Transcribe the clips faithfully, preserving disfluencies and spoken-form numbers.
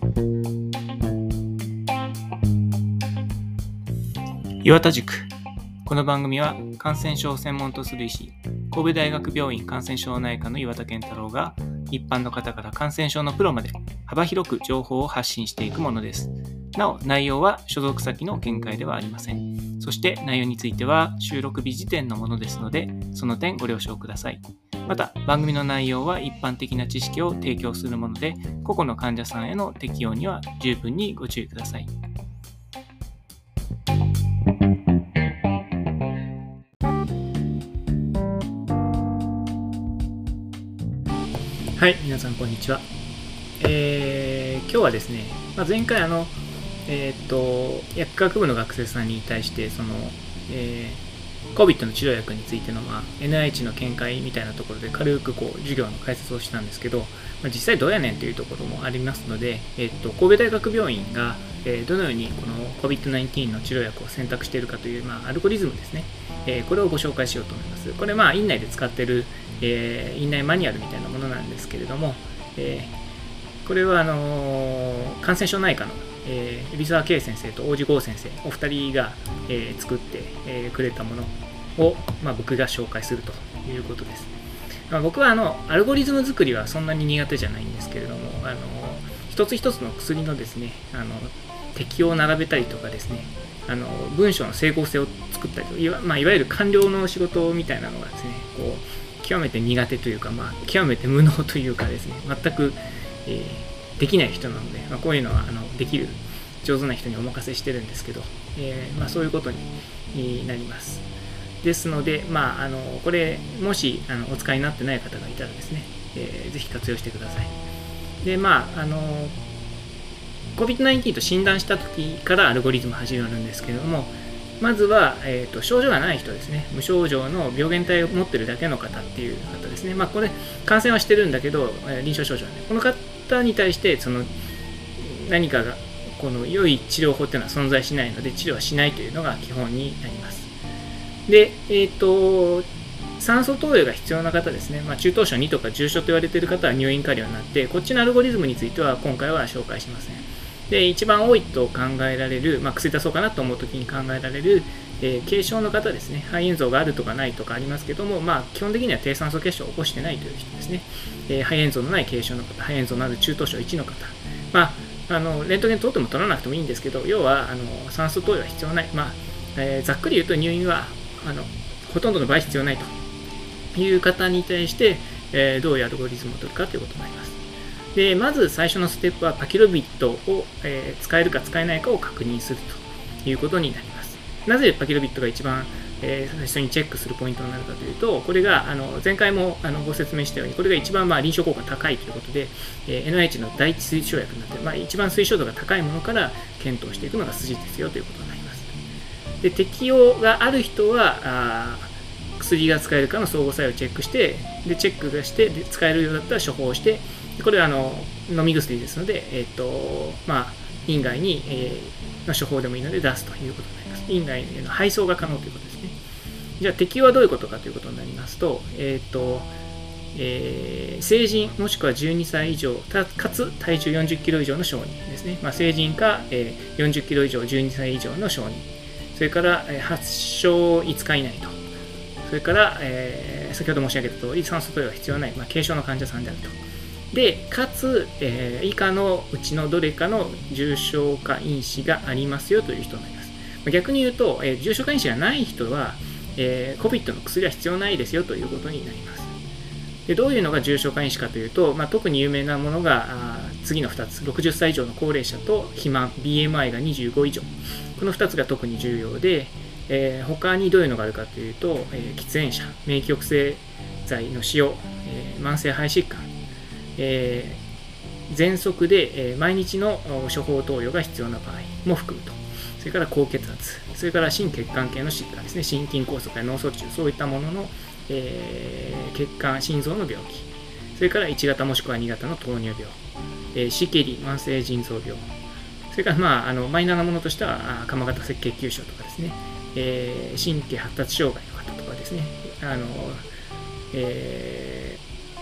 岩田塾。この番組は感染症を専門とする医師、神戸大学病院感染症内科の岩田健太郎が一般の方から感染症のプロまで幅広く情報を発信していくものです。なお、内容は所属先の見解ではありません。そして内容については収録日時点のものですので、その点ご了承ください。また、番組の内容は一般的な知識を提供するもので、個々の患者さんへの適用には十分にご注意ください。はい、皆さんこんにちは。えー、今日はですね、まあ、前回あの、えー、っと薬学部の学生さんに対してその、えー、コビッド の治療薬についての、まあ、エヌアイエイチ の見解みたいなところで軽くこう授業の解説をしたんですけど、まあ、実際どうやねんというところもありますので、えー、っと神戸大学病院が、えー、どのようにこの コビッドナインティーン の治療薬を選択しているかという、まあ、アルゴリズムですね、えー、これをご紹介しようと思います。これまあ院内で使っているえー、院内マニュアルみたいなものなんですけれども、えー、これはあのー、感染症内科の、えー、海老沢圭先生と大路剛先生お二人が、えー、作って、えー、くれたものを、まあ、僕が紹介するということです。まあ、僕はあのアルゴリズム作りはそんなに苦手じゃないんですけれども、あのー、一つ一つの薬のですね、あの適用を並べたりとかですね、あの文章の整合性を作ったりとか、いわ、まあ、いわゆる官僚の仕事みたいなのがですね、こう極めて苦手というか、まあ、極めて無能というかですね、全く、えー、できない人なので、まあ、こういうのはあのできる上手な人にお任せしてるんですけど、えーまあ、そういうことになります。ですので、まあ、あのこれもしあのお使いになってない方がいたらですね、えー、ぜひ活用してください。で、まあ、あの コビッドナインティーン と診断した時からアルゴリズム始まるんですけれども、まずは、えーと、症状がない人ですね、無症状の病原体を持っているだけの方っていう方ですね、まあ、これ、感染はしてるんだけど、えー、臨床症状はね、この方に対して、その何かが、この良い治療法っていうのは存在しないので、治療はしないというのが基本になります。で、えっ、ー、と、酸素投与が必要な方ですね、まあ、中等症にとか重症と言われている方は入院加療になって、こっちのアルゴリズムについては今回は紹介しません。で一番多いと考えられる、まあ、薬出そうかなと思うときに考えられる、えー、軽症の方ですね、肺炎像があるとかないとかありますけども、まあ、基本的には低酸素血症を起こしてないという人ですね、えー、肺炎像のない軽症の方、肺炎像のある中等症いちの方、まあ、あのレントゲン取っても取らなくてもいいんですけど、要はあの酸素投与は必要ない、まあえー、ざっくり言うと入院はあのほとんどの場合必要ないという方に対して、えー、どういうアルゴリズムを取るかということになります。でまず最初のステップはパキロビットを、えー、使えるか使えないかを確認するということになります。なぜパキロビットが一番、えー、最初にチェックするポイントになるかというと、これがあの前回もあのご説明したように、これが一番、まあ、臨床効果高いということで、えー、エヌアイエイチ の第一推奨薬になっている、まあ、一番推奨度が高いものから検討していくのが筋ですよということになります。で適用がある人はあ薬が使えるかの相互作用をチェックして、でチェックがしてで使えるようだったら処方して、これはあの飲み薬ですので、えーとまあ、院外に、えー、の処方でもいいので出すということになります。院外への配送が可能ということですね。じゃあ適用はどういうことかということになりますと、えーとえー、成人もしくはじゅうにさい以上かつ体重よんじゅっキロ以上の承認ですね。まあ、成人か、えー、よんじゅっキロ以上じゅうにさい以上の承認、それから、えー、発症いつか以内と、それから、えー、先ほど申し上げた通り酸素投与が必要ない、まあ、軽症の患者さんであると。でかつ、えー、以下のうちのどれかの重症化因子がありますよという人になります。逆に言うと、えー、重症化因子がない人は、えー、コビッド の薬は必要ないですよということになります。でどういうのが重症化因子かというと、まあ、特に有名なものが次のふたつ、ろくじゅっさい以上の高齢者と肥満、ビーエムアイ がにじゅうご以上、このふたつが特に重要で、えー、他にどういうのがあるかというと、えー、喫煙者、免疫抑制剤の使用、えー、慢性肺疾患、えー、喘息で、えー、毎日の処方投与が必要な場合も含むと。それから高血圧、それから心血管系の疾患ですね、心筋梗塞や脳卒中、そういったものの、えー、血管、心臓の病気、それからいち型もしくはに型の糖尿病、えー、シケリ、慢性腎臓病、それから、まあ、あのマイナーなものとしては鎌型赤血球症とかですね、えー、神経発達障害の方とかですね、あの、えー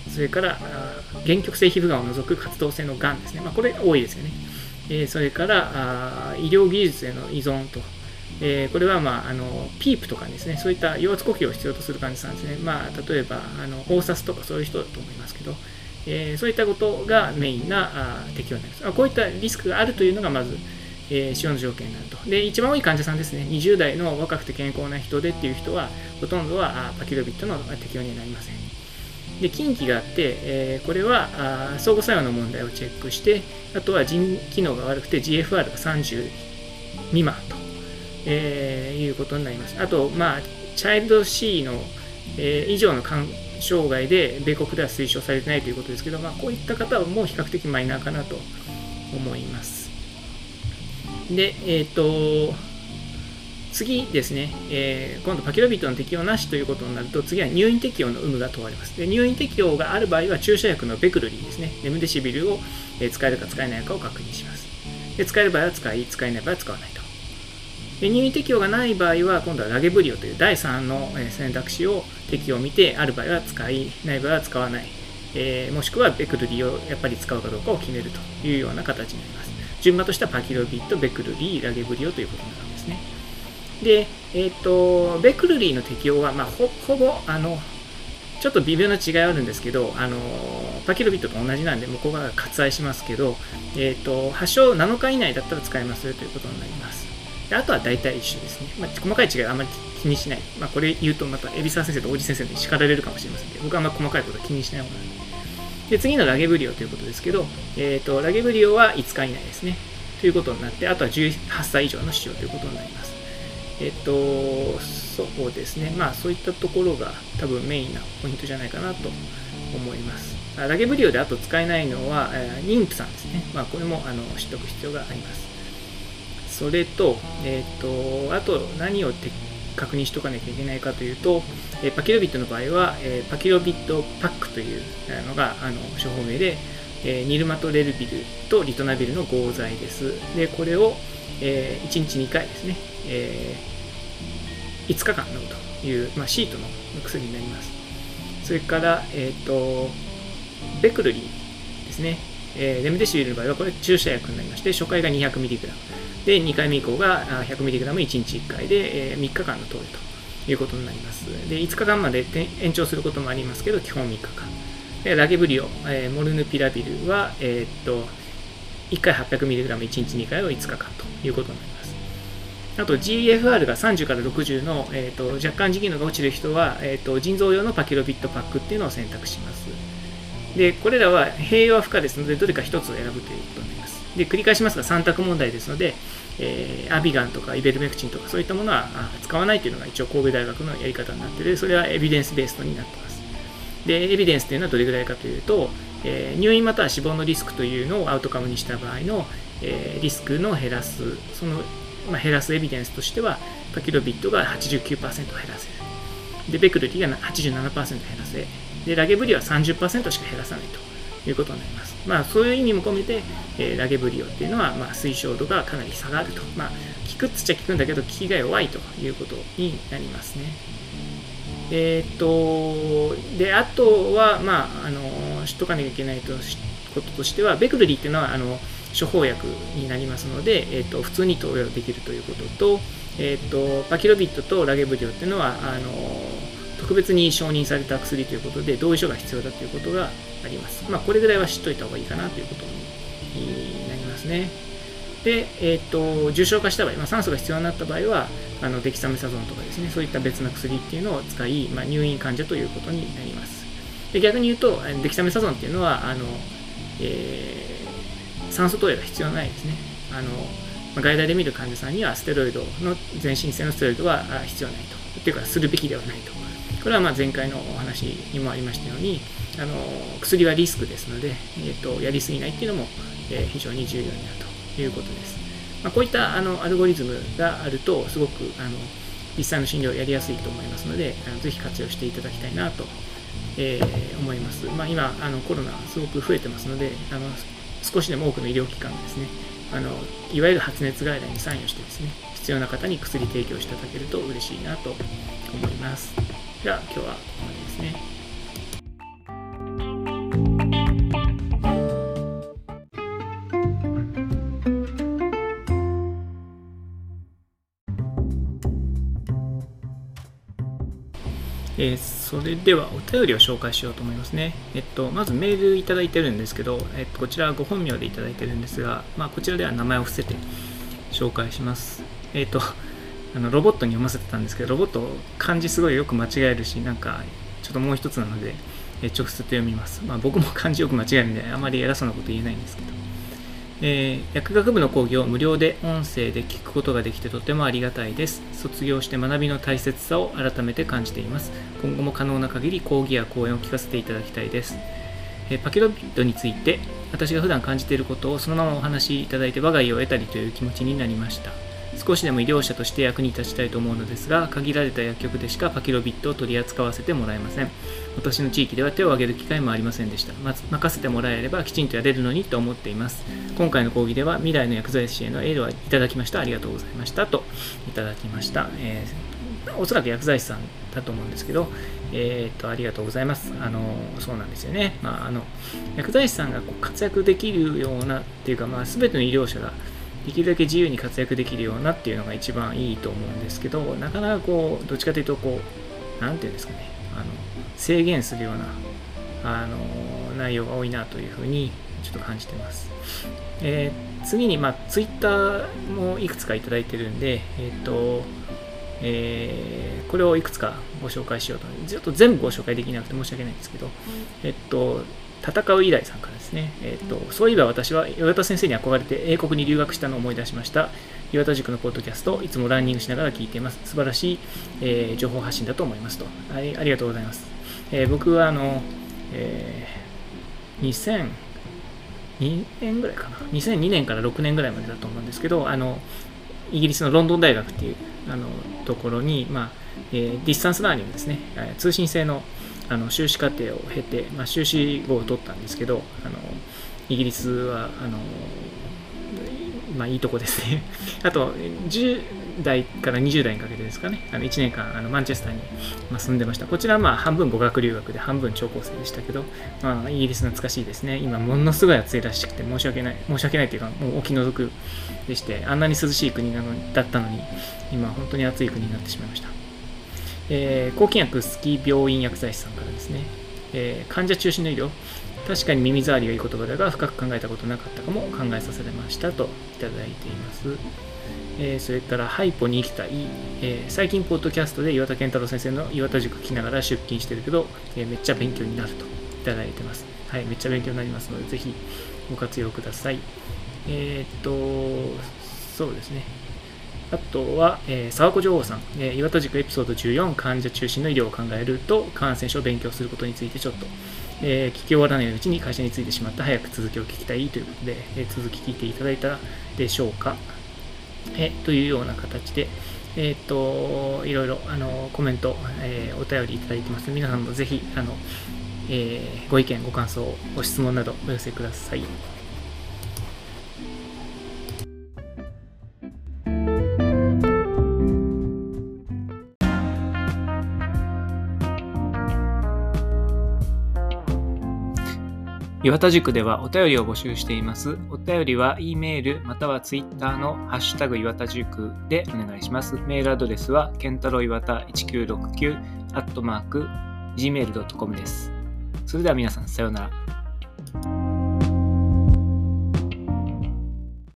それから限局性皮膚がんを除く活動性のがんですね。まあ、これ多いですよね。えー、それから医療技術への依存と、えー、これは、まあ、あのピープとかですね、そういった揚圧呼吸を必要とする患者さんですね。まあ、例えばあのオーサスとかそういう人だと思いますけど、えー、そういったことがメインなあ適用になります。こういったリスクがあるというのがまず、えー、使用の条件になると。で、一番多い患者さんですね、にじゅう代の若くて健康な人でっていう人は、ほとんどはパキロビットの適用になりません。で、近畿があって、えー、これはあ相互作用の問題をチェックして、あとは腎機能が悪くて ジーエフアール がさんじゅう未満と、えー、いうことになります。あと、まあ、チャイルド C の、えー、以上の肝障害で米国では推奨されてないということですけど、まあ、こういった方はもう比較的マイナーかなと思います。で、えっと、次ですね、えー、今度パキロビットの適用なしということになると、次は入院適用の有無が問われます。で、入院適用がある場合は注射薬のベクルリーですね、レムデシビルを使えるか使えないかを確認します。で、使える場合は使い、使えない場合は使わないと。で、入院適用がない場合は、今度はラゲブリオというだいさんの選択肢を適用を見て、ある場合は使い、ない場合は使わない、えー、もしくはベクルリーをやっぱり使うかどうかを決めるというような形になります。順番としてはパキロビット、ベクルリー、ラゲブリオということになるんですね。で、えーと、ベクルリーの適用は、まあ、ほ, ほぼあのちょっと微妙な違いはあるんですけど、あのパキロビットと同じなんで向こう側が割愛しますけど、えーと、発症なのか以内だったら使えますよということになります。で、あとは大体一緒ですね。まあ、細かい違いはあんまり気にしない。まあ、これ言うとまた海老沢先生と大路先生に叱られるかもしれませんけど、僕はあんまり細かいことは気にしない方がいい。で、次のラゲブリオということですけど、えーと、ラゲブリオはいつか以内ですね。ということになって、あとはじゅうはっさい以上の使用ということになります。えっと、そうですね。まあ、そういったところが多分メインなポイントじゃないかなと思います。ラゲブリオであと使えないのは、えー、妊婦さんですね。まあ、これもあの知っておく必要があります。それと、えっと、あと何を確認しておかなきゃいけないかというと、えー、パキロビットの場合は、えー、パキロビットパックというのがあの処方名で、えー、ニルマトレルビルとリトナビルの合剤です。で、これを、えー、いちにちにかいですね。えー、いつかかん飲むという、まあ、シートの薬になります。それから、えーと、ベクルリーですね、えー、レムデシビルの場合はこれ注射薬になりまして、初回が にひゃくミリグラム で、にかいめ以降が ひゃくミリグラムいちにちいっかいで、えー、みっかかんの投与ということになります。で、いつかかんまで延長することもありますけど、基本みっかかん。で、ラゲブリオ、えー、モルヌピラビルは、えーと、いっかい はっぴゃくミリグラムいちにちにかいをいつかかんということになります。あと ジーエフアール がさんじゅうからろくじゅうの、えー、と若干腎機能が落ちる人は、えー、と腎臓用のパキロビットパックっていうのを選択します。で、これらは併用は不可ですので、どれか一つを選ぶということになります。で、繰り返しますがさん択問題ですので、えー、アビガンとかイベルメクチンとかそういったものは使わないというのが一応神戸大学のやり方になっている。それはエビデンスベーストになっています。で、エビデンスというのはどれぐらいかというと、えー、入院または死亡のリスクというのをアウトカムにした場合の、えー、リスクの減らす、そのまあ、減らすエビデンスとしては、パキロビットが はちじゅうきゅうパーセント 減らせる。で、ベクルリーが はちじゅうななパーセント 減らせ。で、ラゲブリオは さんじゅっパーセント しか減らさないということになります。まあ、そういう意味も込めて、えー、ラゲブリオっていうのは、まあ、推奨度がかなり下がると。まあ、効くっつっちゃ効くんだけど、効きが弱いということになりますね。えー、っと、で、あとは、まあ、あの、知っとかなきゃいけないこととしては、ベクルリーっていうのは、あの、処方薬になりますので、えー、と普通に投与できるということと、えー、とパキロビットとラゲブリオというのはあの特別に承認された薬ということで同意書が必要だということがあります。まあ、これぐらいは知っておいた方がいいかなということになりますね。で、えー、と重症化した場合、まあ、酸素が必要になった場合はあのデキサメサゾンとかですね、そういった別の薬っていうのを使い、まあ、入院患者ということになります。で、逆に言うとデキサメサゾンっていうのはあの、えー酸素投与が必要ないですね。あの外来で見る患者さんにはステロイドの全身性のステロイドは必要ないと。というか、するべきではないと。これはまあ前回のお話にもありましたように、あの薬はリスクですので、えー、とやりすぎないっていうのも、えー、非常に重要になるということです。まあ、こういったあのアルゴリズムがあると、すごくあの実際の診療をやりやすいと思いますので、あのぜひ活用していただきたいなと、えー、思います。まあ、今あの、コロナすごく増えてますので、あの少しでも多くの医療機関がですね、あのいわゆる発熱外来に参与してですね、必要な方に薬提供していただけると嬉しいなと思います。では今日はここまでですね。 えー、それではお便りを紹介しようと思いますね。えっと、まずメールいただいてるんですけど、えっと、こちらはご本名でいただいてるんですが、まあ、こちらでは名前を伏せて紹介します。えっと、あのロボットに読ませてたんですけど、ロボット漢字すごいよく間違えるし、なんかちょっともう一つなので、えー、直接読みます。まあ、僕も漢字よく間違えるんで、あまり偉そうなこと言えないんですけど。えー、薬学部の講義を無料で音声で聞くことができてとてもありがたいです。卒業して学びの大切さを改めて感じています。今後も可能な限り講義や講演を聞かせていただきたいです。えー、パキロビットについて私が普段感じていることをそのままお話しいただいて我が家を得たりという気持ちになりました。少しでも医療者として役に立ちたいと思うのですが、限られた薬局でしかパキロビットを取り扱わせてもらえません。私の地域では手を挙げる機会もありませんでした。ま、任せてもらえればきちんとやれるのにと思っています。今回の講義では未来の薬剤師へのエールをいただきました。ありがとうございました。といただきました。えー、おそらく薬剤師さんだと思うんですけど、えー、とありがとうございます。あのそうなんですよね。まあ、あの薬剤師さんがこう活躍できるようなっていうか、まあ、全ての医療者ができるだけ自由に活躍できるようなっていうのが一番いいと思うんですけど、なかなかこうどっちかというとこうなんていうんですかね、あの制限するようなあの内容が多いなというふうにちょっと感じてます。えー、次に、まあ、ツイッターもいくつかいただいてるんで、えっとえー、これをいくつかご紹介しようと。ちょっと全部ご紹介できなくて申し訳ないんですけど、えっと戦う医大さんからですね、えーと、そういえば私は岩田先生に憧れて英国に留学したのを思い出しました。岩田塾のポッドキャスト、いつもランニングしながら聞いています。素晴らしい、えー、情報発信だと思いますと。あり、ありがとうございます。えー、僕はあの、えー、にせんにねんぐらいかな、にせんにねんからろくねんぐらいまでだと思うんですけど、あのイギリスのロンドン大学っていうあのところに、まあえー、ディスタンスラーニングですね、通信制のあの修士課程を経て、まあ、修士号を取ったんですけど、あのイギリスはあの、まあ、いいとこですね。あとじゅう代からにじゅう代にかけてですかね、あのいちねんかんあのマンチェスターに、まあ、住んでました。こちらはまあ半分語学留学で半分聴講生でしたけど、まあ、イギリス懐かしいですね。今ものすごい暑いらしくて申し訳ない申し訳ないというか、もうお気の毒でして、あんなに涼しい国なのにだったのに今本当に暑い国になってしまいました。えー、抗菌薬スキー病院薬剤師さんからですね、えー、患者中心の医療、確かに耳障りがいい言葉だが深く考えたことなかったかも考えさせられましたといただいています。えー、それからハイポに行きたい、えー、最近ポッドキャストで岩田健太郎先生の岩田塾聞きながら出勤してるけど、えー、めっちゃ勉強になるといただいてます。はい、めっちゃ勉強になりますのでぜひご活用ください。えー、っとそうですね、あとは、えー、沢子女王さん、えー、岩田塾エピソードじゅうよん、患者中心の医療を考えると感染症を勉強することについてちょっと、えー、聞き終わらないうちに会社についてしまった、早く続きを聞きたいということで、えー、続き聞いていただいたでしょうか、えー、というような形で、えー、っといろいろあのコメント、えー、お便りいただいてます。皆さんもぜひあの、えー、ご意見ご感想ご質問などお寄せください。岩田塾ではお便りを募集しています。お便りは E メールまたは Twitter のハッシュタグ岩田塾でお願いします。メールアドレスはケンタロウ岩田いちきゅうろくきゅうアットマークジーメールドットコム です。それでは皆さんさようなら。